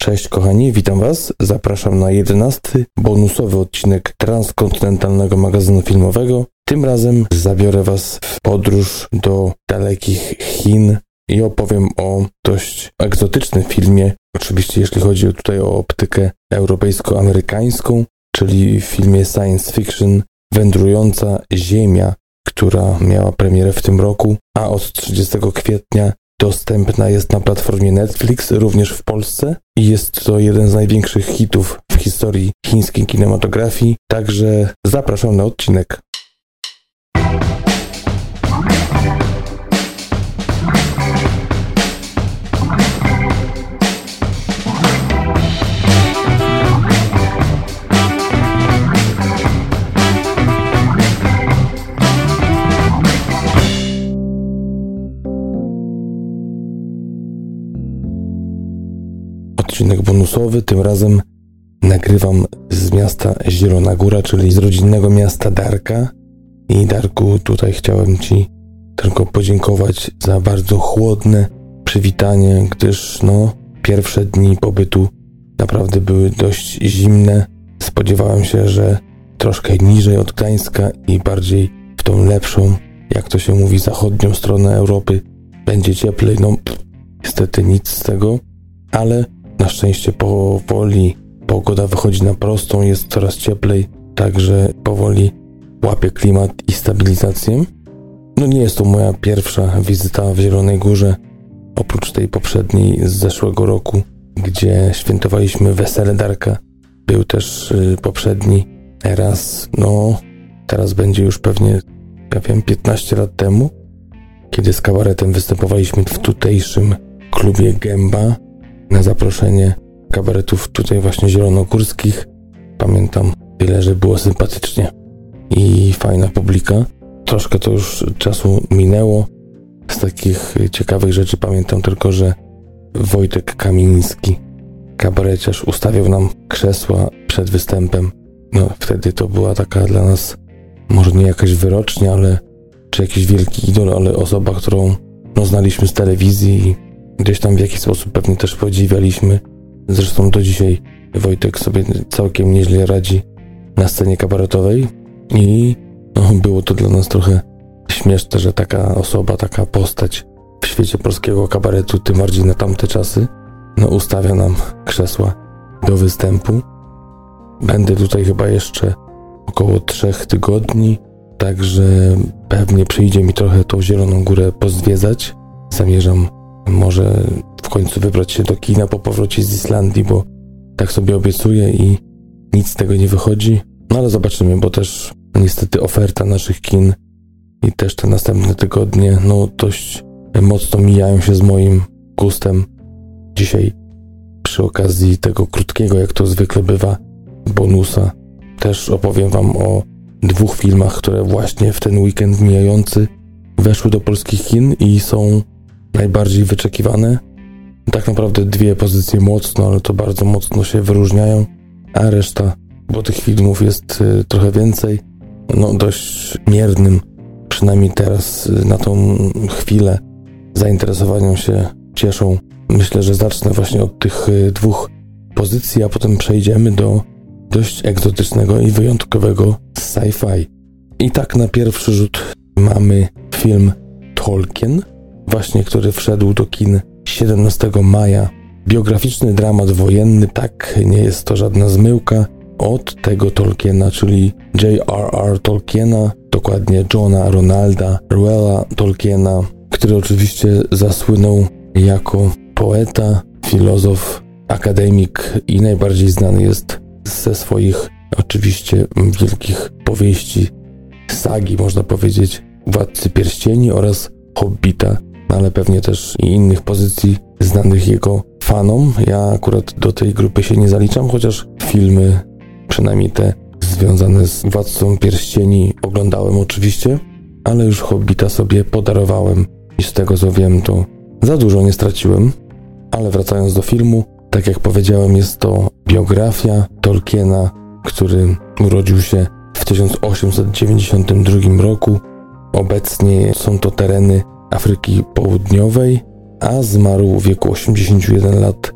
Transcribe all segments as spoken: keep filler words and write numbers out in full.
Cześć kochani, witam was. Zapraszam na jedenasty bonusowy odcinek transkontynentalnego magazynu filmowego. Tym razem zabiorę was w podróż do dalekich Chin i opowiem o dość egzotycznym filmie. Oczywiście jeśli chodzi tutaj o optykę europejsko-amerykańską, czyli w filmie science fiction Wędrująca Ziemia, która miała premierę w tym roku, a od trzydziestego kwietnia dostępna jest na platformie Netflix, również w Polsce, i jest to jeden z największych hitów w historii chińskiej kinematografii, także zapraszam na odcinek. Odcinek bonusowy, tym razem nagrywam z miasta Zielona Góra, czyli z rodzinnego miasta Darka. I Darku, tutaj chciałem Ci tylko podziękować za bardzo chłodne przywitanie, gdyż no, pierwsze dni pobytu naprawdę były dość zimne. Spodziewałem się, że troszkę niżej od Gdańska i bardziej w tą lepszą, jak to się mówi, zachodnią stronę Europy będzie cieplej. No niestety nic z tego, ale na szczęście powoli pogoda wychodzi na prostą, jest coraz cieplej, także powoli łapię klimat i stabilizację. No nie jest to moja pierwsza wizyta w Zielonej Górze, oprócz tej poprzedniej z zeszłego roku, gdzie świętowaliśmy wesele Darka. Był też y, poprzedni raz, no teraz będzie już pewnie, ja wiem, piętnaście lat temu, kiedy z kabaretem występowaliśmy w tutejszym klubie Gęba na zaproszenie kabaretów tutaj właśnie zielonogórskich. Pamiętam tyle, że było sympatycznie i fajna publika. Troszkę to już czasu minęło. Z takich ciekawych rzeczy pamiętam tylko, że Wojtek Kamiński, kabareciarz, ustawiał nam krzesła przed występem. No wtedy to była taka dla nas może nie jakaś wyrocznia, ale czy jakiś wielki idol, ale osoba, którą no, znaliśmy z telewizji i gdzieś tam w jakiś sposób pewnie też podziwialiśmy. Zresztą do dzisiaj Wojtek sobie całkiem nieźle radzi na scenie kabaretowej i no, było to dla nas trochę śmieszne, że taka osoba, taka postać w świecie polskiego kabaretu, tym bardziej na tamte czasy, no ustawia nam krzesła do występu. Będę tutaj chyba jeszcze około trzech tygodni, także pewnie przyjdzie mi trochę tą Zieloną Górę pozwiedzać. Zamierzam może w końcu wybrać się do kina po powrocie z Islandii, bo tak sobie obiecuję i nic z tego nie wychodzi. No ale zobaczymy, bo też niestety oferta naszych kin i też te następne tygodnie no dość mocno mijają się z moim gustem. Dzisiaj przy okazji tego krótkiego, jak to zwykle bywa, bonusa też opowiem wam o dwóch filmach, które właśnie w ten weekend mijający weszły do polskich kin i są najbardziej wyczekiwane. Tak naprawdę dwie pozycje mocno, ale to bardzo mocno się wyróżniają, a reszta, bo tych filmów jest y, trochę więcej, no dość miernym, przynajmniej teraz y, na tą chwilę zainteresowaniem się cieszą. Myślę, że zacznę właśnie od tych y, dwóch pozycji, a potem przejdziemy do dość egzotycznego i wyjątkowego sci-fi. I tak na pierwszy rzut mamy film Tolkien, właśnie który wszedł do kin siedemnastego maja. Biograficzny dramat wojenny, tak, nie jest to żadna zmyłka, od tego Tolkiena, czyli J R R Tolkiena, dokładnie Johna Ronalda Reuella Tolkiena, który oczywiście zasłynął jako poeta, filozof, akademik i najbardziej znany jest ze swoich oczywiście wielkich powieści, sagi, można powiedzieć, Władcy Pierścieni oraz Hobbita, ale pewnie też i innych pozycji znanych jego fanom. Ja akurat do tej grupy się nie zaliczam, chociaż filmy, przynajmniej te związane z Władcą Pierścieni, oglądałem oczywiście, ale już Hobbita sobie podarowałem i z tego co wiem, to za dużo nie straciłem. Ale wracając do filmu, tak jak powiedziałem, jest to biografia Tolkiena, który urodził się w tysiąc osiemset dziewięćdziesiątym drugim roku. Obecnie są to tereny Afryki Południowej, a zmarł w wieku osiemdziesięciu jeden lat w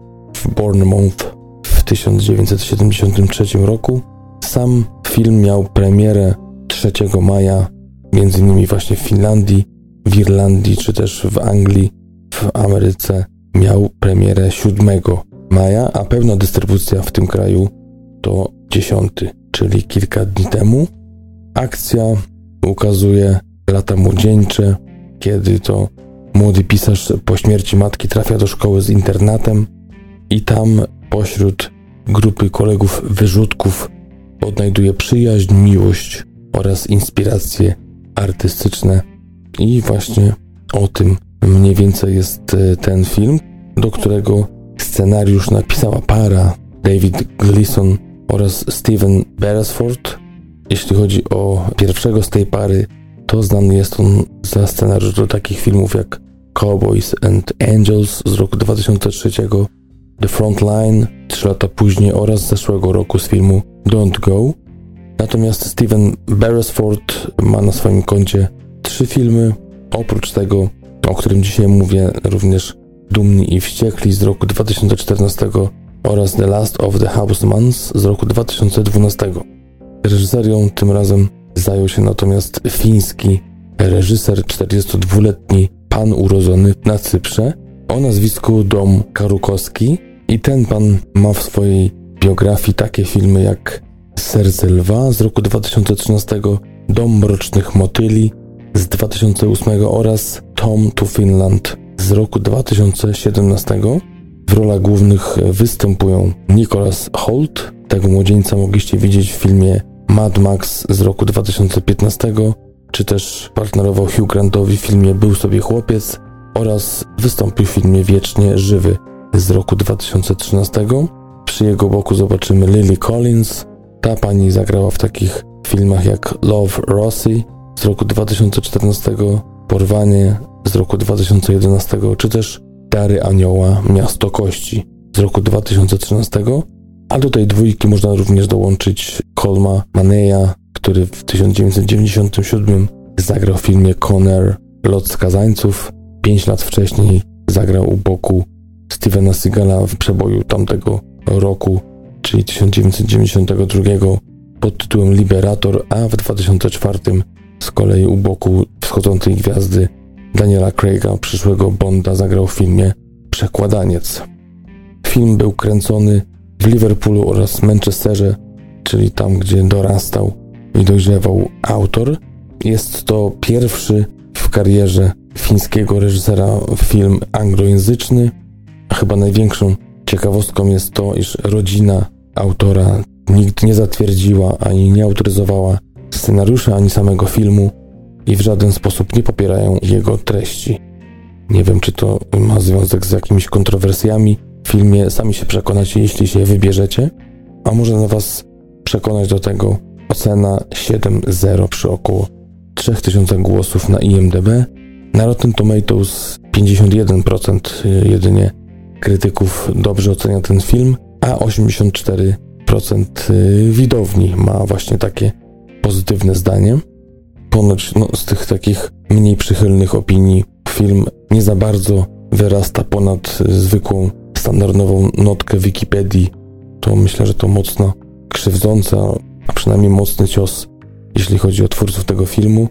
w Bournemouth w tysiąc dziewięćset siedemdziesiątym trzecim roku. Sam film miał premierę trzeciego maja, między innymi właśnie w Finlandii, w Irlandii czy też w Anglii. W Ameryce miał premierę siódmego maja, a pełna dystrybucja w tym kraju to dziesiąty, czyli kilka dni temu. Akcja ukazuje lata młodzieńcze, kiedy to młody pisarz po śmierci matki trafia do szkoły z internatem i tam pośród grupy kolegów wyrzutków odnajduje przyjaźń, miłość oraz inspiracje artystyczne. I właśnie o tym mniej więcej jest ten film, do którego scenariusz napisała para David Gleeson oraz Stephen Beresford. Jeśli chodzi o pierwszego z tej pary, to znany jest on za scenariusz do takich filmów jak Cowboys and Angels z roku dwa tysiące trzeciego, The Front Line trzy lata później oraz z zeszłego roku z filmu Don't Go. Natomiast Stephen Beresford ma na swoim koncie trzy filmy. Oprócz tego, o którym dzisiaj mówię, również Dumni i Wściekli z roku dwa tysiące czternastego oraz The Last of the Housemans z roku dwa tysiące dwunastego. Reżyserią tym razem zajął się natomiast fiński reżyser, czterdziestodwuletni pan urodzony na Cyprze o nazwisku Dom Karukowski i ten pan ma w swojej biografii takie filmy jak Serce Lwa z roku dwa tysiące trzynastego, Dom Mrocznych Motyli z dwa tysiące ósmego oraz Tom to Finland z roku dwa tysiące siedemnastego. W rolach głównych występują Nicholas Hoult. Tego młodzieńca mogliście widzieć w filmie Mad Max z roku dwa tysiące piętnastego, czy też partnerował Hugh Grantowi w filmie Był sobie chłopiec oraz wystąpił w filmie Wiecznie Żywy z roku dwa tysiące trzynastego. Przy jego boku zobaczymy Lily Collins. Ta pani zagrała w takich filmach jak Love, Rosie z roku dwa tysiące czternastego, Porwanie z roku dwa tysiące jedenastego, czy też Dary Anioła, Miasto Kości z roku dwa tysiące trzynastego. A do tej dwójki można również dołączyć Colma Maneya, który w tysiąc dziewięćset dziewięćdziesiątym siódmym zagrał w filmie Conair, Lot Skazańców. Pięć lat wcześniej zagrał u boku Stevena Seagala w przeboju tamtego roku, czyli tysiąc dziewięćset dziewięćdziesiątego drugiego pod tytułem Liberator, a w dwa tysiące czwartym z kolei u boku wschodzącej gwiazdy Daniela Craiga, przyszłego Bonda, zagrał w filmie Przekładaniec. Film był kręcony w Liverpoolu oraz Manchesterze, czyli tam, gdzie dorastał i dojrzewał autor. Jest to pierwszy w karierze fińskiego reżysera film anglojęzyczny, a chyba największą ciekawostką jest to, iż rodzina autora nigdy nie zatwierdziła ani nie autoryzowała scenariusza, ani samego filmu i w żaden sposób nie popierają jego treści. Nie wiem, czy to ma związek z jakimiś kontrowersjami w filmie, sami się przekonacie, jeśli się wybierzecie, a może na was przekonać do tego ocena siedem zero przy około trzy tysiące głosów na I M D B. Na Rotten Tomatoes pięćdziesiąt jeden procent jedynie krytyków dobrze ocenia ten film, a osiemdziesiąt cztery procent widowni ma właśnie takie pozytywne zdanie. Ponoć no, z tych takich mniej przychylnych opinii film nie za bardzo wyrasta ponad zwykłą, standardową notkę Wikipedii. To myślę, że to mocno krzywdząca, a przynajmniej mocny cios, jeśli chodzi o twórców tego filmu.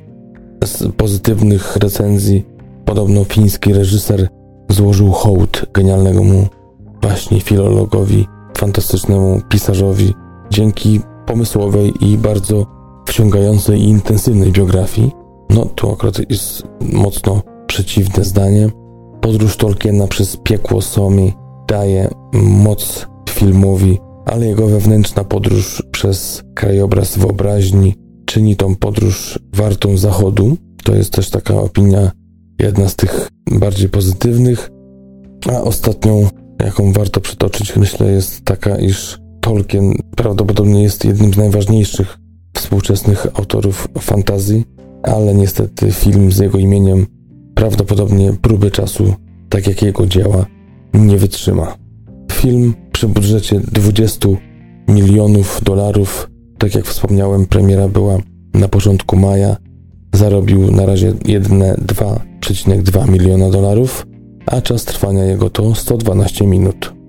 Z pozytywnych recenzji podobno fiński reżyser złożył hołd genialnemu mu właśnie filologowi, fantastycznemu pisarzowi, dzięki pomysłowej i bardzo wciągającej i intensywnej biografii. No tu akurat jest mocno przeciwne zdanie. Podróż Tolkiena przez piekło Somi daje moc filmowi, ale jego wewnętrzna podróż przez krajobraz wyobraźni czyni tą podróż wartą zachodu. To jest też taka opinia, jedna z tych bardziej pozytywnych. A ostatnią, jaką warto przytoczyć, myślę, jest taka, iż Tolkien prawdopodobnie jest jednym z najważniejszych współczesnych autorów fantazji, ale niestety film z jego imieniem prawdopodobnie próby czasu, tak jak jego dzieła, nie wytrzyma. Film przy budżecie dwadzieścia milionów dolarów, tak jak wspomniałem, premiera była na początku maja, zarobił na razie jedyne dwa przecinek dwa miliona dolarów, a czas trwania jego to sto dwanaście minut.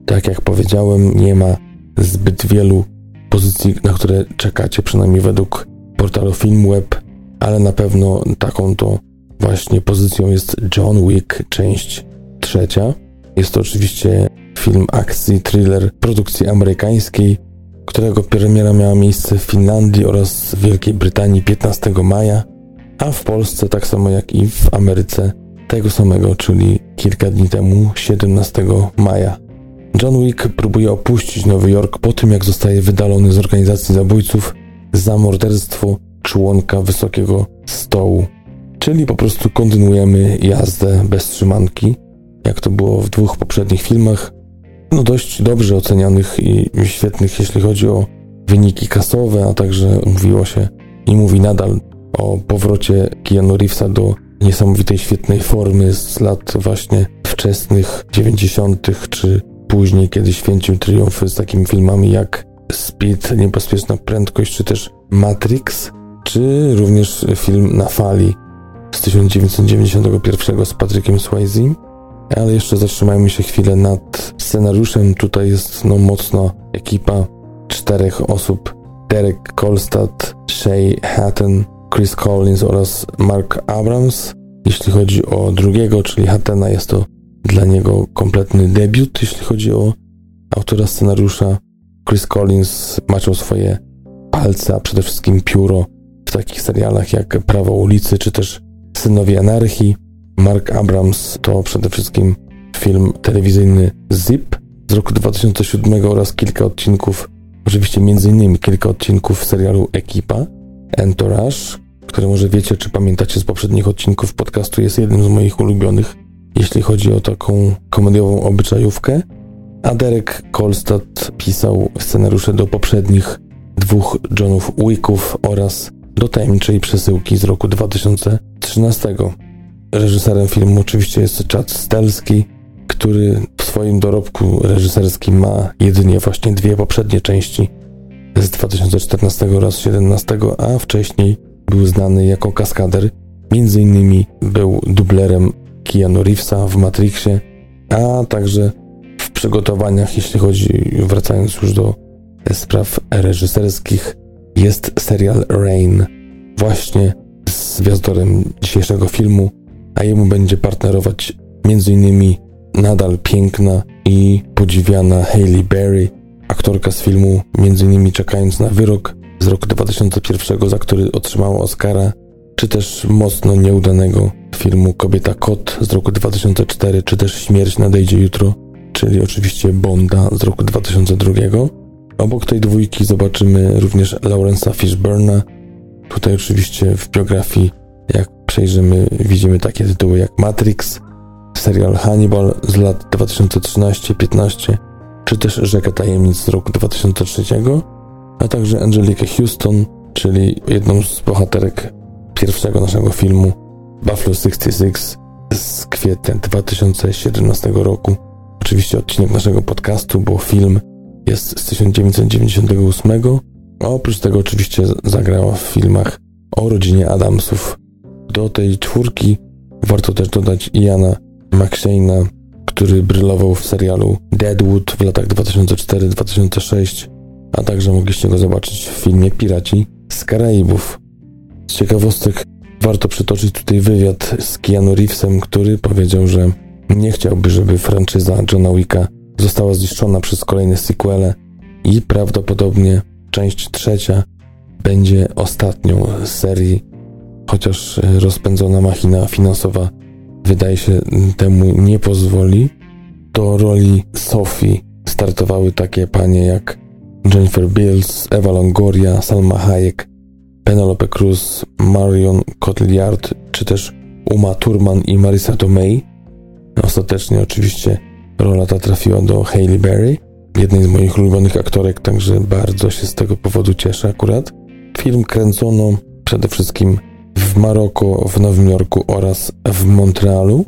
Tak jak powiedziałem, nie ma zbyt wielu pozycji, na które czekacie, przynajmniej według portalu Filmweb, ale na pewno taką to właśnie pozycją jest John Wick, część trzecia. Jest to oczywiście film akcji, thriller produkcji amerykańskiej, którego premiera miała miejsce w Finlandii oraz w Wielkiej Brytanii piętnastego maja, a w Polsce, tak samo jak i w Ameryce, tego samego, czyli kilka dni temu, siedemnastego maja. John Wick próbuje opuścić Nowy Jork po tym, jak zostaje wydalony z organizacji zabójców za morderstwo członka Wysokiego Stołu. Czyli po prostu kontynuujemy jazdę bez trzymanki, jak to było w dwóch poprzednich filmach, no dość dobrze ocenianych i świetnych, jeśli chodzi o wyniki kasowe, a także mówiło się i mówi nadal o powrocie Keanu Reevesa do niesamowitej, świetnej formy z lat właśnie wczesnych dziewięćdziesiątych czy później, kiedy święcił triumfy z takimi filmami jak Speed, Niebezpieczna Prędkość, czy też Matrix, czy również film Na fali z tysiąc dziewięćset dziewięćdziesiątego pierwszego z Patrickiem Swayze. Ale jeszcze zatrzymajmy się chwilę nad scenariuszem. Tutaj jest no mocna ekipa czterech osób. Derek Kolstad, Shay Hatten, Chris Collins oraz Mark Abrams. Jeśli chodzi o drugiego, czyli Hattena, jest to dla niego kompletny debiut, jeśli chodzi o autora scenariusza. Chris Collins maczał swoje palce, a przede wszystkim pióro w takich serialach jak Prawo ulicy, czy też Synowie Anarchii. Mark Abrams to przede wszystkim film telewizyjny Zip z roku dwa tysiące siódmego oraz kilka odcinków, oczywiście między innymi kilka odcinków serialu Ekipa, Entourage, który może wiecie, czy pamiętacie z poprzednich odcinków podcastu, jest jednym z moich ulubionych, jeśli chodzi o taką komediową obyczajówkę. A Derek Kolstad pisał scenariusze do poprzednich dwóch Johnów Wicków oraz do Tajemniczej Przesyłki z roku dwa tysiące trzynastego. Reżyserem filmu oczywiście jest Chad Stahelski, który w swoim dorobku reżyserskim ma jedynie właśnie dwie poprzednie części z dwa tysiące czternastego oraz dwa tysiące siedemnastego, a wcześniej był znany jako kaskader. Między innymi był dublerem Keanu Reevesa w Matrixie, a także w przygotowaniach, jeśli chodzi, wracając już do spraw reżyserskich, jest serial Rain, właśnie z gwiazdorem dzisiejszego filmu, a jemu będzie partnerować m.in. nadal piękna i podziwiana Halle Berry, aktorka z filmu m.in. Czekając na wyrok z roku dwa tysiące pierwszego, za który otrzymała Oscara, czy też mocno nieudanego filmu Kobieta Kot z roku dwa tysiące czwartego, czy też Śmierć nadejdzie jutro, czyli oczywiście Bonda z roku dwa tysiące drugiego. Obok tej dwójki zobaczymy również Lawrence'a Fishburna. Tutaj oczywiście w biografii, jak przejrzymy, widzimy takie tytuły jak Matrix, serial Hannibal z lat dwa tysiące trzynasty piętnaście, czy też Rzeka Tajemnic z roku dwa tysiące trzeciego, a także Angelique Houston, czyli jedną z bohaterek pierwszego naszego filmu Buffalo sześćdziesiąt sześć z kwietnia dwa tysiące siedemnastego roku. Oczywiście odcinek naszego podcastu, bo film jest z tysiąc dziewięćset dziewięćdziesiątego ósmego, a oprócz tego oczywiście zagrała w filmach o rodzinie Adamsów. Do tej czwórki warto też dodać Iana McShane'a, który brylował w serialu Deadwood w latach dwa tysiące czwarty do dwa tysiące szóstego, a także mogliście go zobaczyć w filmie Piraci z Karaibów. Z ciekawostek warto przytoczyć tutaj wywiad z Keanu Reevesem, który powiedział, że nie chciałby, żeby franczyza Johna Wicka została zniszczona przez kolejne sequele i prawdopodobnie część trzecia będzie ostatnią z serii, chociaż rozpędzona machina finansowa wydaje się temu nie pozwoli. Do roli Sophie startowały takie panie jak Jennifer Beals, Eva Longoria, Salma Hayek, Penelope Cruz, Marion Cotillard, czy też Uma Thurman i Marisa Tomei. Ostatecznie oczywiście rola ta trafiła do Halle Berry, jednej z moich ulubionych aktorek, także bardzo się z tego powodu cieszę akurat. Film kręcono przede wszystkim w Maroku, w Nowym Jorku oraz w Montrealu.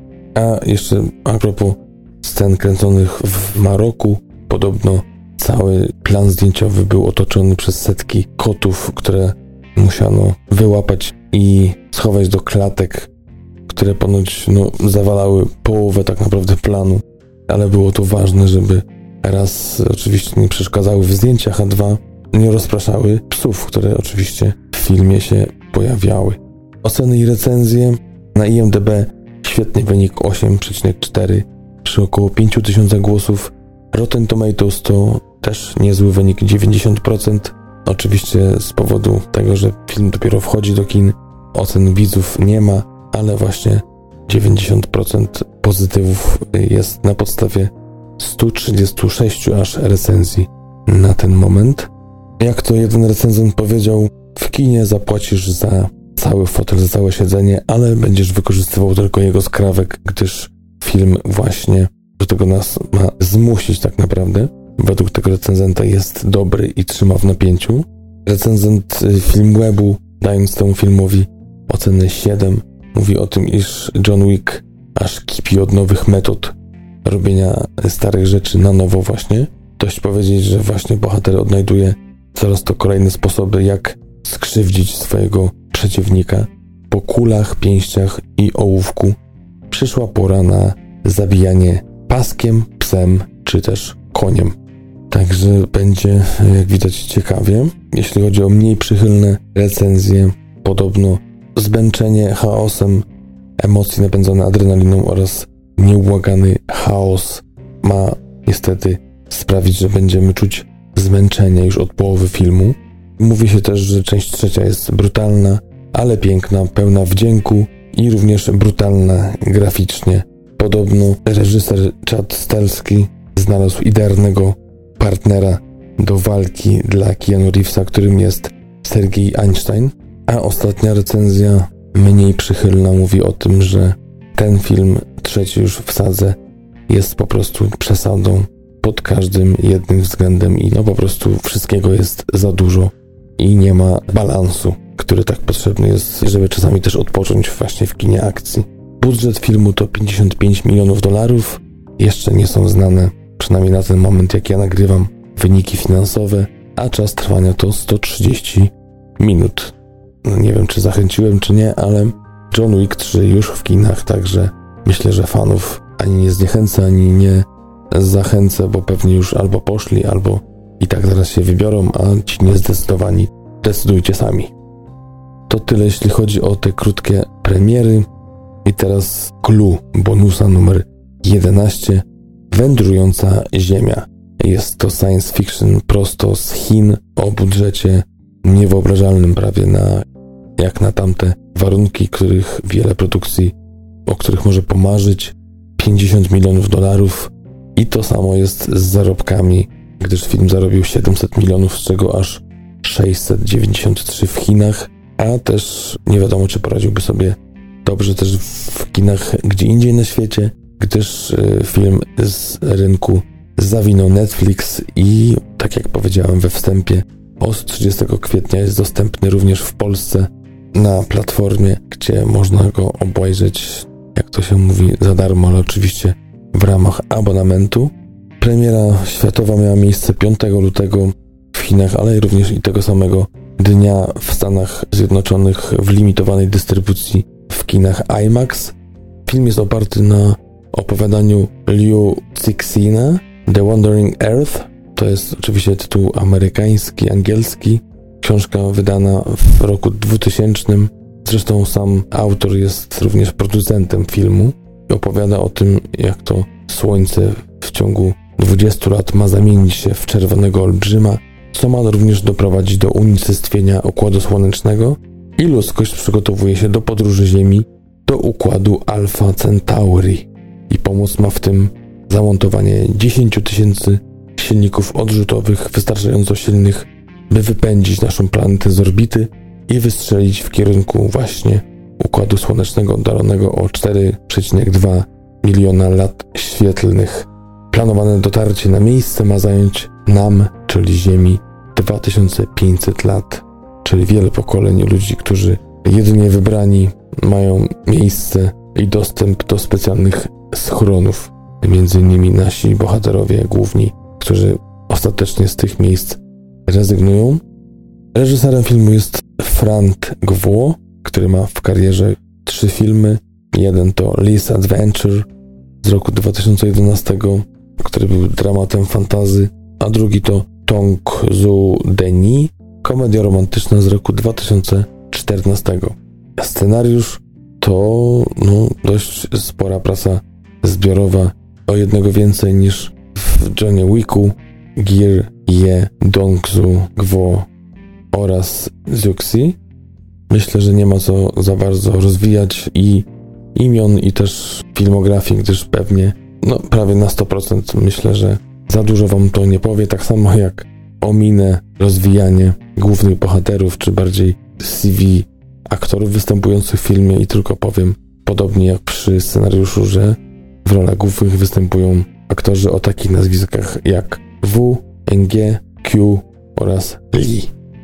A jeszcze a propos scen kręconych w Maroku, podobno cały plan zdjęciowy był otoczony przez setki kotów, które musiano wyłapać i schować do klatek, które ponoć no, zawalały połowę tak naprawdę planu, ale było to ważne, żeby raz oczywiście nie przeszkadzały w zdjęciach, a dwa nie rozpraszały psów, które oczywiście w filmie się pojawiały. Oceny i recenzje na I M D B świetny wynik osiem przecinek cztery przy około pięć tysięcy głosów. Rotten Tomatoes to też niezły wynik dziewięćdziesiąt procent. Oczywiście z powodu tego, że film dopiero wchodzi do kin, ocen widzów nie ma, ale właśnie dziewięćdziesiąt procent pozytywów jest na podstawie sto trzydzieści sześć aż recenzji na ten moment. Jak to jeden recenzent powiedział, w kinie zapłacisz za cały fotel, za całe siedzenie, ale będziesz wykorzystywał tylko jego skrawek, gdyż film właśnie do tego nas ma zmusić tak naprawdę. Według tego recenzenta jest dobry i trzyma w napięciu. Recenzent Filmwebu, dając temu filmowi ocenę siedem, mówi o tym, iż John Wick aż kipi od nowych metod robienia starych rzeczy na nowo właśnie. Dość powiedzieć, że właśnie bohater odnajduje coraz to kolejne sposoby, jak skrzywdzić swojego przeciwnika. Po kulach, pięściach i ołówku przyszła pora na zabijanie paskiem, psem czy też koniem. Także będzie, jak widać, ciekawie. Jeśli chodzi o mniej przychylne recenzje, podobno zmęczenie chaosem, emocje napędzone adrenaliną oraz nieubłagany chaos ma niestety sprawić, że będziemy czuć zmęczenie już od połowy filmu. Mówi się też, że część trzecia jest brutalna, ale piękna, pełna wdzięku i również brutalna graficznie. Podobno reżyser Chad Stahelski znalazł idealnego partnera do walki dla Keanu Reevesa, którym jest Sergiej Einstein. A ostatnia recenzja, mniej przychylna, mówi o tym, że ten film, trzeci już w sadze, jest po prostu przesadą pod każdym jednym względem i no po prostu wszystkiego jest za dużo i nie ma balansu, który tak potrzebny jest, żeby czasami też odpocząć właśnie w kinie akcji. Budżet filmu to pięćdziesiąt pięć milionów dolarów. Jeszcze nie są znane, przynajmniej na ten moment, jak ja nagrywam, wyniki finansowe, a czas trwania to sto trzydzieści minut. No nie wiem, czy zachęciłem, czy nie, ale John Wick trzy już w kinach, także myślę, że fanów ani nie zniechęcę, ani nie zachęcę, bo pewnie już albo poszli, albo i tak zaraz się wybiorą, a ci niezdecydowani decydujcie sami. To tyle, jeśli chodzi o te krótkie premiery. I teraz clue bonusa numer jedenaście. Wędrująca Ziemia. Jest to science fiction prosto z Chin o budżecie niewyobrażalnym prawie na jak na tamte warunki, których wiele produkcji, o których może pomarzyć. pięćdziesiąt milionów dolarów i to samo jest z zarobkami, gdyż film zarobił siedemset milionów, z czego aż sześćset dziewięćdziesiąt trzy w Chinach, a też nie wiadomo, czy poradziłby sobie dobrze też w kinach gdzie indziej na świecie, gdyż film z rynku zawinął Netflix i tak jak powiedziałem we wstępie, od trzydziestego kwietnia jest dostępny również w Polsce na platformie, gdzie można go obejrzeć, jak to się mówi, za darmo, ale oczywiście w ramach abonamentu. Premiera światowa miała miejsce piątego lutego w Chinach, ale również i tego samego dnia w Stanach Zjednoczonych w limitowanej dystrybucji w kinach IMAX. Film jest oparty na opowiadaniu Liu Cixina, The Wandering Earth. To jest oczywiście tytuł amerykański, angielski. Książka wydana w roku dwutysięcznym. Zresztą sam autor jest również producentem filmu i opowiada o tym, jak to Słońce w ciągu dwudziestu lat ma zamienić się w czerwonego olbrzyma, co ma również doprowadzić do unicestwienia Układu Słonecznego i ludzkość przygotowuje się do podróży Ziemi do Układu Alpha Centauri. I pomoc ma w tym zamontowanie dziesięć tysięcy silników odrzutowych wystarczająco silnych, by wypędzić naszą planetę z orbity i wystrzelić w kierunku właśnie Układu Słonecznego oddalonego o cztery przecinek dwa miliona lat świetlnych. Planowane dotarcie na miejsce ma zająć nam, czyli Ziemi, dwa tysiące pięćset lat, czyli wiele pokoleń ludzi, którzy jedynie wybrani mają miejsce i dostęp do specjalnych schronów. Między innymi nasi bohaterowie główni, którzy ostatecznie z tych miejsc rezygnują. Reżyserem filmu jest Frank Guo, który ma w karierze trzy filmy. Jeden to Liz Adventure z roku dwa tysiące jedenastego, który był dramatem fantasy, a drugi to Tong Zu Deni, komedia romantyczna z roku dwa tysiące czternastego. Scenariusz to no, dość spora praca zbiorowa, o jednego więcej niż w Johnie Wicku, Gear Ye Dong-zu Gwo oraz Zuxi. Myślę, że nie ma co za bardzo rozwijać i imion i też filmografii, gdyż pewnie no, prawie na sto procent myślę, że za dużo wam to nie powie, tak samo jak ominę rozwijanie głównych bohaterów, czy bardziej C V aktorów występujących w filmie i tylko powiem, podobnie jak przy scenariuszu, że w rolach głównych występują aktorzy o takich nazwiskach jak W, N G, Q oraz Lee.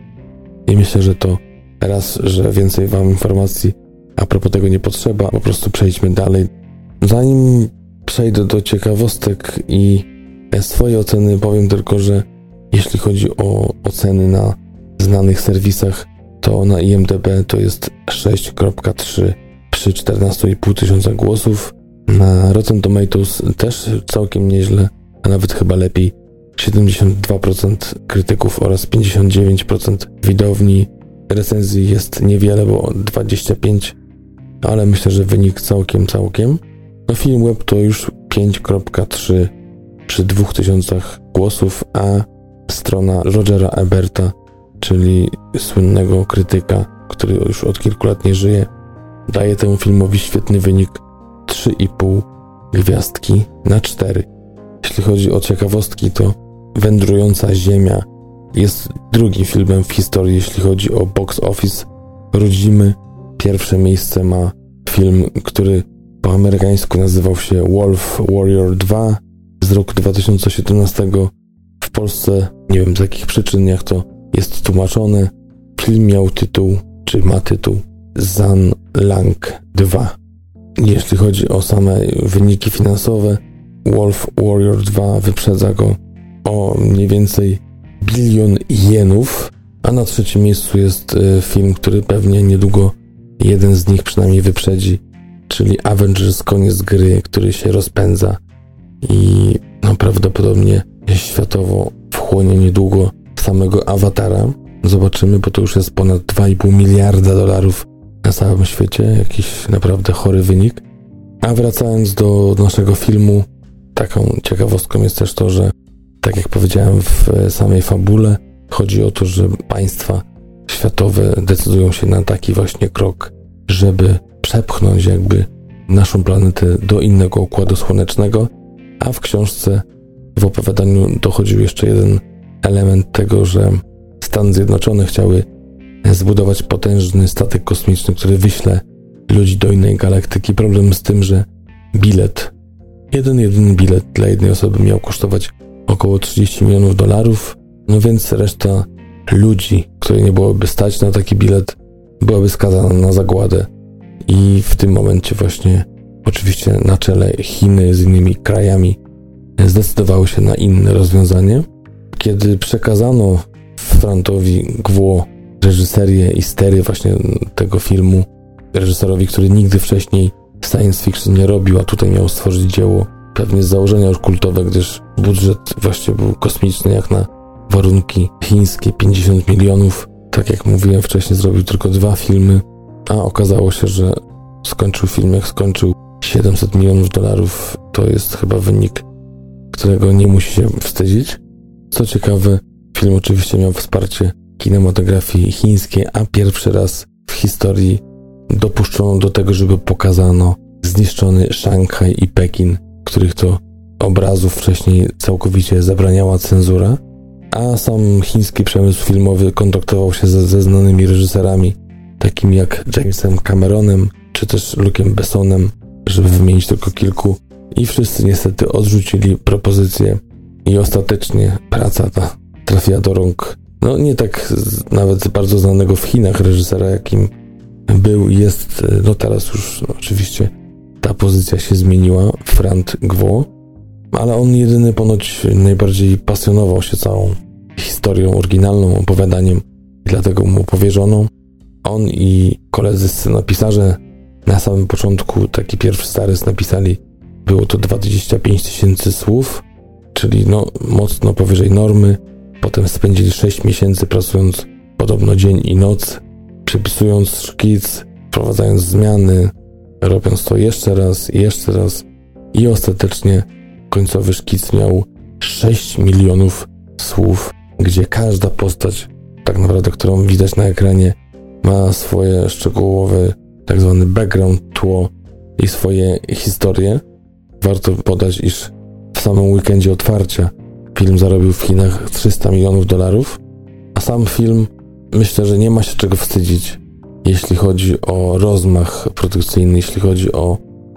I myślę, że to raz, że więcej wam informacji a propos tego nie potrzeba, po prostu przejdźmy dalej. Zanim przejdę do ciekawostek i swoje oceny, powiem tylko, że jeśli chodzi o oceny na znanych serwisach, to na I M D B to jest sześć przecinek trzy przy czternaście i pół tysiąca głosów. Na Rotten Tomatoes też całkiem nieźle, a nawet chyba lepiej. siedemdziesiąt dwa procent krytyków oraz pięćdziesiąt dziewięć procent widowni. Recenzji jest niewiele, bo dwadzieścia pięć, ale myślę, że wynik całkiem, całkiem. No film web to już pięć przecinek trzy przy dwóch tysiącach głosów, a strona Rogera Eberta, czyli słynnego krytyka, który już od kilku lat nie żyje, daje temu filmowi świetny wynik trzy i pół gwiazdki na cztery. Jeśli chodzi o ciekawostki, to Wędrująca Ziemia jest drugim filmem w historii, jeśli chodzi o box office rodzimy. Pierwsze miejsce ma film, który po amerykańsku nazywał się Wolf Warrior dwa z roku dwa tysiące siedemnastego. W Polsce, nie wiem z jakich przyczyn, jak to jest tłumaczone, film miał tytuł, czy ma tytuł Zan Lang dwa. Jeśli chodzi o same wyniki finansowe, Wolf Warrior dwa wyprzedza go o mniej więcej bilion jenów, a na trzecim miejscu jest film, który pewnie niedługo jeden z nich przynajmniej wyprzedzi, czyli Avengers Koniec Gry, który się rozpędza i no, prawdopodobnie światowo wchłonie niedługo samego Awatara. Zobaczymy, bo to już jest ponad dwa i pół miliarda dolarów na całym świecie, jakiś naprawdę chory wynik. A wracając do naszego filmu, taką ciekawostką jest też to, że tak jak powiedziałem w samej fabule, chodzi o to, że państwa światowe decydują się na taki właśnie krok, żeby przepchnąć jakby naszą planetę do innego układu słonecznego, a w książce, w opowiadaniu dochodził jeszcze jeden element tego, że Stany Zjednoczone chciały zbudować potężny statek kosmiczny, który wyśle ludzi do innej galaktyki. Problem z tym, że bilet, jeden jedyny bilet dla jednej osoby miał kosztować około trzydzieści milionów dolarów, no więc reszta ludzi, której nie byłoby stać na taki bilet, byłaby skazana na zagładę. I w tym momencie właśnie oczywiście na czele Chiny z innymi krajami zdecydowały się na inne rozwiązanie. Kiedy przekazano Frantowi Gwo reżyserię i stery właśnie tego filmu, reżyserowi, który nigdy wcześniej science fiction nie robił, a tutaj miał stworzyć dzieło pewnie z założenia już kultowe, gdyż budżet właśnie był kosmiczny jak na warunki chińskie, pięćdziesiąt milionów. Tak jak mówiłem wcześniej, zrobił tylko dwa filmy, a okazało się, że skończył film jak skończył. siedemset milionów dolarów to jest chyba wynik, którego nie musi się wstydzić. Co ciekawe, film oczywiście miał wsparcie kinematografii chińskiej, a pierwszy raz w historii dopuszczono do tego, żeby pokazano zniszczony Szanghaj i Pekin, których to obrazów wcześniej całkowicie zabraniała cenzura, a sam chiński przemysł filmowy kontaktował się ze, ze znanymi reżyserami, takimi jak Jamesem Cameronem, czy też Luciem Bessonem, żeby wymienić tylko kilku, i wszyscy niestety odrzucili propozycję i ostatecznie praca ta trafiła do rąk, no nie tak nawet bardzo znanego w Chinach reżysera, jakim był i jest, no teraz już no, oczywiście ta pozycja się zmieniła, Frant Gwo, ale on jedyny ponoć najbardziej pasjonował się całą historią oryginalną, opowiadaniem i dlatego mu powierzono. On i koledzy scenopisarze na samym początku taki pierwszy zarys napisali, było to dwadzieścia pięć tysięcy słów, czyli no mocno powyżej normy. Potem spędzili sześć miesięcy pracując podobno dzień i noc, przepisując szkic, wprowadzając zmiany, robiąc to jeszcze raz i jeszcze raz i ostatecznie końcowy szkic miał sześć milionów słów, gdzie każda postać, tak naprawdę, którą widać na ekranie, ma swoje szczegółowe, tak zwany background, tło i swoje historie. Warto podać, iż w samym weekendzie otwarcia film zarobił w Chinach trzysta milionów dolarów, a sam film, myślę, że nie ma się czego wstydzić, jeśli chodzi o rozmach produkcyjny, jeśli chodzi o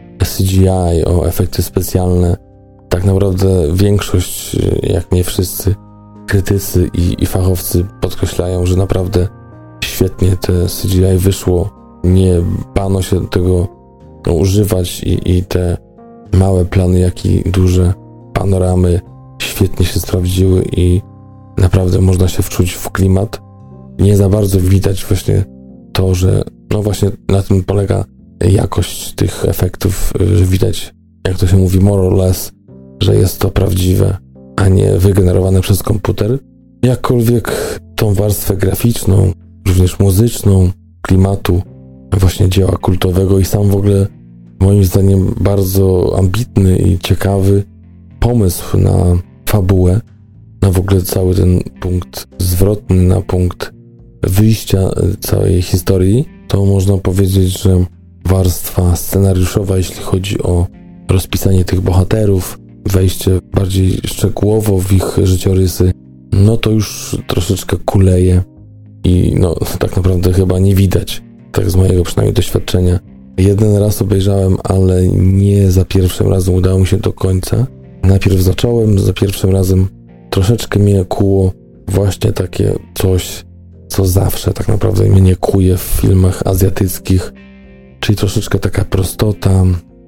C G I, o efekty specjalne. Tak naprawdę większość, jak nie wszyscy krytycy i, i fachowcy podkreślają, że naprawdę świetnie te C G I wyszło. Nie bano się tego no, używać i, i te małe plany, jak i duże panoramy świetnie się sprawdziły i naprawdę można się wczuć w klimat. Nie za bardzo widać właśnie to, że no właśnie na tym polega jakość tych efektów, że widać, jak to się mówi, more or less, że jest to prawdziwe, a nie wygenerowane przez komputer. Jakkolwiek tą warstwę graficzną, również muzyczną, klimatu, właśnie dzieła kultowego i sam w ogóle moim zdaniem bardzo ambitny i ciekawy pomysł na fabułę, na w ogóle cały ten punkt zwrotny, na punkt wyjścia całej historii, to można powiedzieć, że warstwa scenariuszowa, jeśli chodzi o rozpisanie tych bohaterów, wejście bardziej szczegółowo w ich życiorysy, no to już troszeczkę kuleje i no tak naprawdę chyba nie widać, tak z mojego przynajmniej doświadczenia. Jeden raz obejrzałem, ale nie za pierwszym razem udało mi się do końca. Najpierw zacząłem, za pierwszym razem troszeczkę mnie kuło właśnie takie coś, co zawsze tak naprawdę mnie kuje w filmach azjatyckich, czyli troszeczkę taka prostota,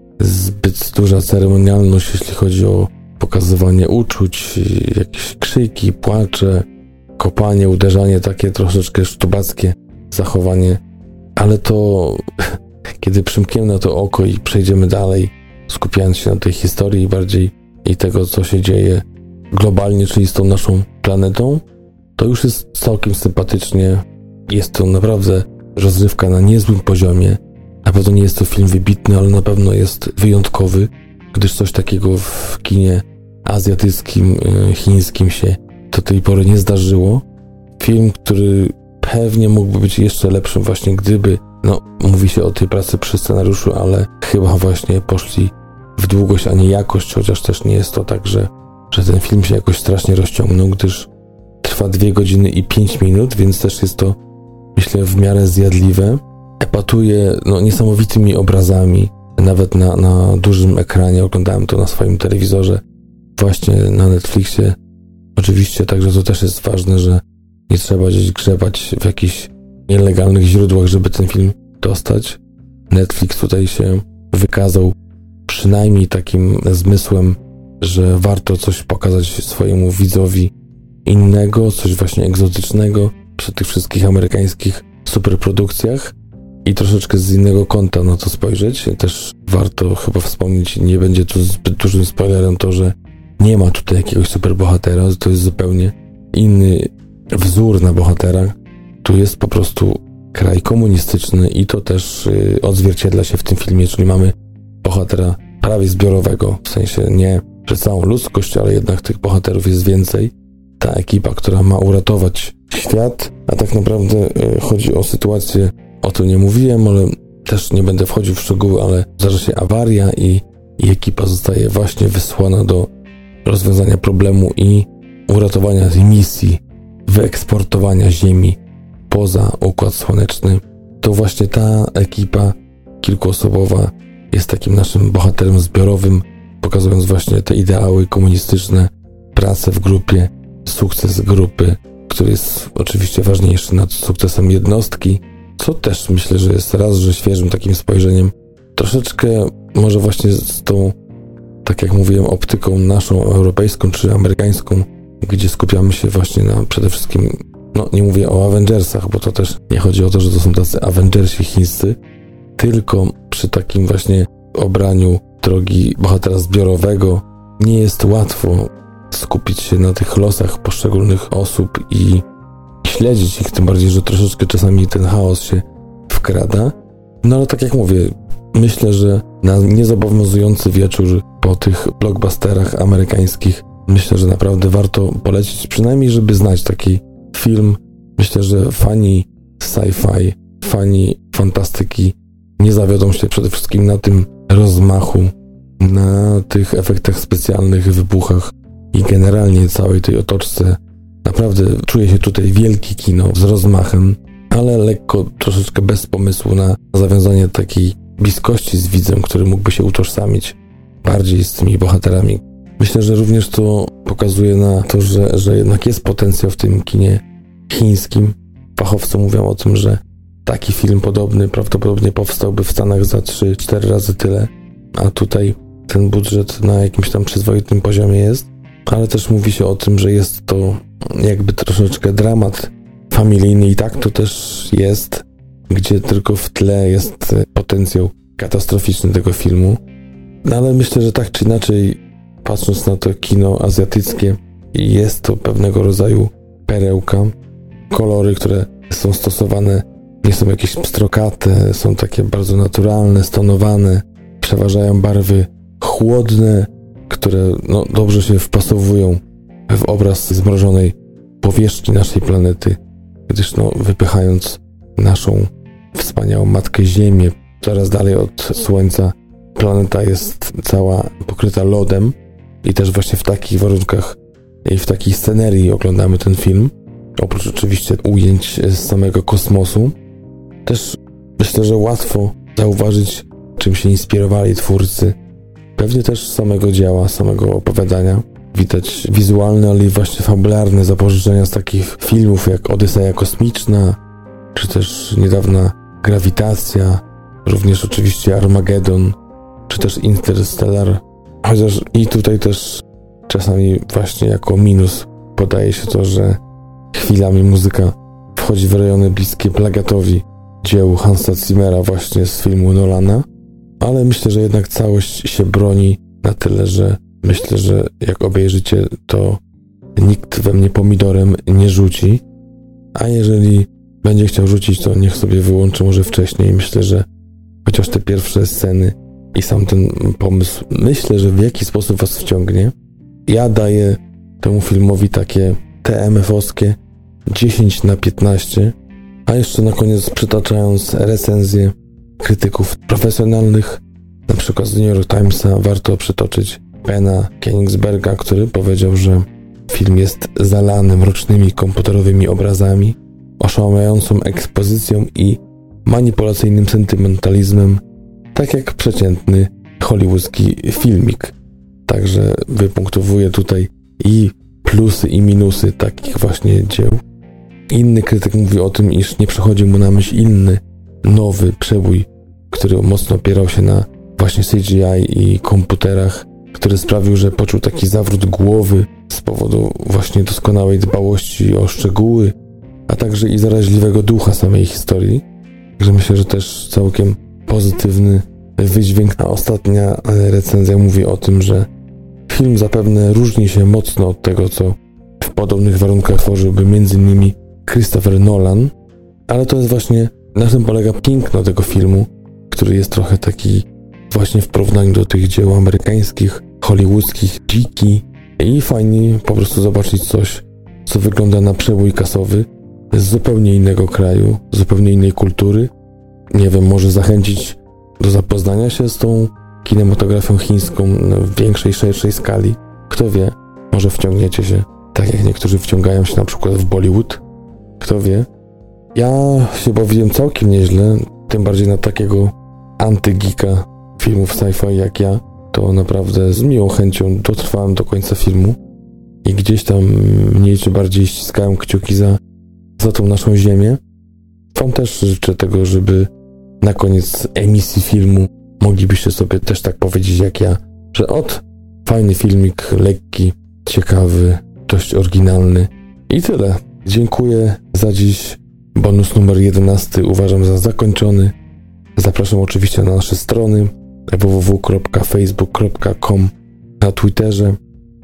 zbyt duża ceremonialność, jeśli chodzi o pokazywanie uczuć, jakieś krzyki, płacze, kopanie, uderzanie, takie troszeczkę sztubackie zachowanie, ale to kiedy przymkniemy na to oko i przejdziemy dalej, skupiając się na tej historii bardziej i tego, co się dzieje globalnie, czyli z tą naszą planetą, to już jest całkiem sympatycznie. Jest to naprawdę rozrywka na niezłym poziomie. Na pewno nie jest to film wybitny, ale na pewno jest wyjątkowy, gdyż coś takiego w kinie azjatyckim, chińskim się do tej pory nie zdarzyło. Film, który pewnie mógłby być jeszcze lepszym właśnie gdyby, no mówi się o tej pracy przy scenariuszu, ale chyba właśnie poszli w długość, a nie jakość, chociaż też nie jest to tak, że, że ten film się jakoś strasznie rozciągnął, gdyż trwa dwie godziny i pięć minut, więc też jest to, myślę, w miarę zjadliwe. Epatuje no, niesamowitymi obrazami, nawet na, na dużym ekranie. Oglądałem to na swoim telewizorze, właśnie na Netflixie. Oczywiście, także to też jest ważne, że nie trzeba gdzieś grzebać w jakichś nielegalnych źródłach, żeby ten film dostać. Netflix tutaj się wykazał przynajmniej takim zmysłem, że warto coś pokazać swojemu widzowi innego, coś właśnie egzotycznego przy tych wszystkich amerykańskich superprodukcjach i troszeczkę z innego kąta na to spojrzeć. Też warto chyba wspomnieć, nie będzie tu zbyt dużym spoilerem to, że nie ma tutaj jakiegoś superbohatera, to jest zupełnie inny wzór na bohatera. Tu jest po prostu kraj komunistyczny i to też yy, odzwierciedla się w tym filmie, czyli mamy bohatera prawie zbiorowego, w sensie nie przez całą ludzkość, ale jednak tych bohaterów jest więcej. Ta ekipa, która ma uratować świat, a tak naprawdę yy, chodzi o sytuację, o tym nie mówiłem, ale też nie będę wchodził w szczegóły, ale zdarza się awaria i, i ekipa zostaje właśnie wysłana do rozwiązania problemu i uratowania tej misji, wyeksportowania Ziemi poza Układ Słoneczny. To właśnie ta ekipa kilkuosobowa jest takim naszym bohaterem zbiorowym, pokazując właśnie te ideały komunistyczne, pracę w grupie, sukces grupy, który jest oczywiście ważniejszy nad sukcesem jednostki, co też myślę, że jest raz, że świeżym takim spojrzeniem, troszeczkę może właśnie z tą, tak jak mówiłem, optyką naszą europejską czy amerykańską, gdzie skupiamy się właśnie na przede wszystkim, no nie mówię o Avengersach, bo to też nie chodzi o to, że to są tacy Avengersi chińscy, tylko przy takim właśnie obraniu drogi bohatera zbiorowego nie jest łatwo skupić się na tych losach poszczególnych osób i śledzić ich, tym bardziej, że troszeczkę czasami ten chaos się wkrada. No ale tak jak mówię, myślę, że na niezobowiązujący wieczór po tych blockbusterach amerykańskich, myślę, że naprawdę warto polecić, przynajmniej żeby znać taki film. Myślę, że fani sci-fi, fani fantastyki nie zawiodą się przede wszystkim na tym rozmachu, na tych efektach specjalnych, wybuchach i generalnie całej tej otoczce. Naprawdę czuję się tutaj wielkie kino z rozmachem, ale lekko, troszeczkę bez pomysłu na zawiązanie takiej bliskości z widzem, który mógłby się utożsamić bardziej z tymi bohaterami. Myślę, że również to pokazuje na to, że, że jednak jest potencjał w tym kinie chińskim. Fachowcy mówią o tym, że taki film podobny prawdopodobnie powstałby w Stanach za trzy cztery razy tyle, a tutaj ten budżet na jakimś tam przyzwoitym poziomie jest, ale też mówi się o tym, że jest to jakby troszeczkę dramat familijny i tak to też jest, gdzie tylko w tle jest potencjał katastroficzny tego filmu. No ale myślę, że tak czy inaczej, patrząc na to kino azjatyckie, jest to pewnego rodzaju perełka. Kolory, które są stosowane, nie są jakieś pstrokate, są takie bardzo naturalne, stonowane, przeważają barwy chłodne, które no, dobrze się wpasowują w obraz zmrożonej powierzchni naszej planety, gdyż no, wypychając naszą wspaniałą matkę Ziemię coraz dalej od Słońca, planeta jest cała pokryta lodem i też właśnie w takich warunkach i w takiej scenerii oglądamy ten film. Oprócz oczywiście ujęć z samego kosmosu, też myślę, że łatwo zauważyć, czym się inspirowali twórcy. Pewnie też samego dzieła, samego opowiadania. Widać wizualne, ale i właśnie fabularne zapożyczenia z takich filmów jak Odyseja Kosmiczna, czy też niedawna Grawitacja, również oczywiście Armagedon, czy też Interstellar. Chociaż i tutaj też czasami właśnie jako minus podaje się to, że chwilami muzyka wchodzi w rejony bliskie plagatowi dzieł Hansa Zimmera właśnie z filmu Nolana, ale myślę, że jednak całość się broni na tyle, że myślę, że jak obejrzycie, to nikt we mnie pomidorem nie rzuci, a jeżeli będzie chciał rzucić, to niech sobie wyłączy może wcześniej. Myślę, że chociaż te pierwsze sceny i sam ten pomysł, myślę, że w jakiś sposób was wciągnie. Ja daję temu filmowi takie T M F-owskie dziesięć na piętnaście, a jeszcze na koniec przytaczając recenzje krytyków profesjonalnych, na przykład z New York Timesa, warto przytoczyć Bena Koenigsberga, który powiedział, że film jest zalany mrocznymi komputerowymi obrazami, oszałamiającą ekspozycją i manipulacyjnym sentymentalizmem, tak jak przeciętny hollywoodzki filmik. Także wypunktowuję tutaj i plusy i minusy takich właśnie dzieł. Inny krytyk mówi o tym, iż nie przychodzi mu na myśl inny, nowy przebój, który mocno opierał się na właśnie C G I i komputerach, który sprawił, że poczuł taki zawrót głowy z powodu właśnie doskonałej dbałości o szczegóły, a także i zaraźliwego ducha samej historii. Także myślę, że też całkiem pozytywny wydźwięk. A ostatnia recenzja mówi o tym, że film zapewne różni się mocno od tego, co w podobnych warunkach tworzyłby m.in. Christopher Nolan, ale to jest właśnie, na tym polega piękno tego filmu, który jest trochę taki właśnie w porównaniu do tych dzieł amerykańskich, hollywoodzkich, dziki i fajnie po prostu zobaczyć coś, co wygląda na przebój kasowy z zupełnie innego kraju, zupełnie innej kultury. Nie wiem, może zachęcić do zapoznania się z tą kinematografią chińską w większej, szerszej skali. Kto wie, może wciągniecie się, tak jak niektórzy wciągają się na przykład w Bollywood. Kto wie. Ja się bawiłem całkiem nieźle, tym bardziej na takiego antygika filmów sci-fi jak ja, to naprawdę z miłą chęcią dotrwałem do końca filmu i gdzieś tam mniej czy bardziej ściskałem kciuki za, za tą naszą ziemię. Wam też życzę tego, żeby na koniec emisji filmu moglibyście sobie też tak powiedzieć jak ja, że od fajny filmik, lekki, ciekawy, dość oryginalny i tyle. Dziękuję za dziś. Bonus numer jedenasty uważam za zakończony. Zapraszam oczywiście na nasze strony w w w kropka facebook kropka com, na Twitterze,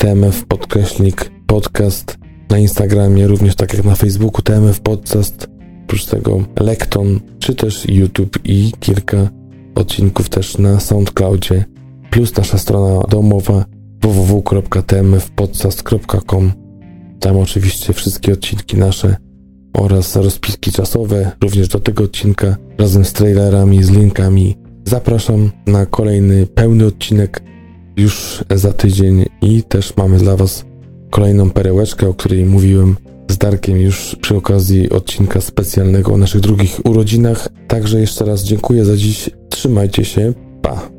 tmf podkreśnik podcast, na Instagramie, również tak jak na Facebooku tmf podcast, oprócz tego Lekton, czy też YouTube i kilka odcinków też na SoundCloudzie, plus nasza strona domowa w w w kropka t m f podcast kropka com. Tam oczywiście wszystkie odcinki nasze oraz rozpiski czasowe, również do tego odcinka, razem z trailerami, z linkami. Zapraszam na kolejny pełny odcinek już za tydzień i też mamy dla Was kolejną perełeczkę, o której mówiłem z Darkiem już przy okazji odcinka specjalnego o naszych drugich urodzinach. Także jeszcze raz dziękuję za dziś. Trzymajcie się. Pa!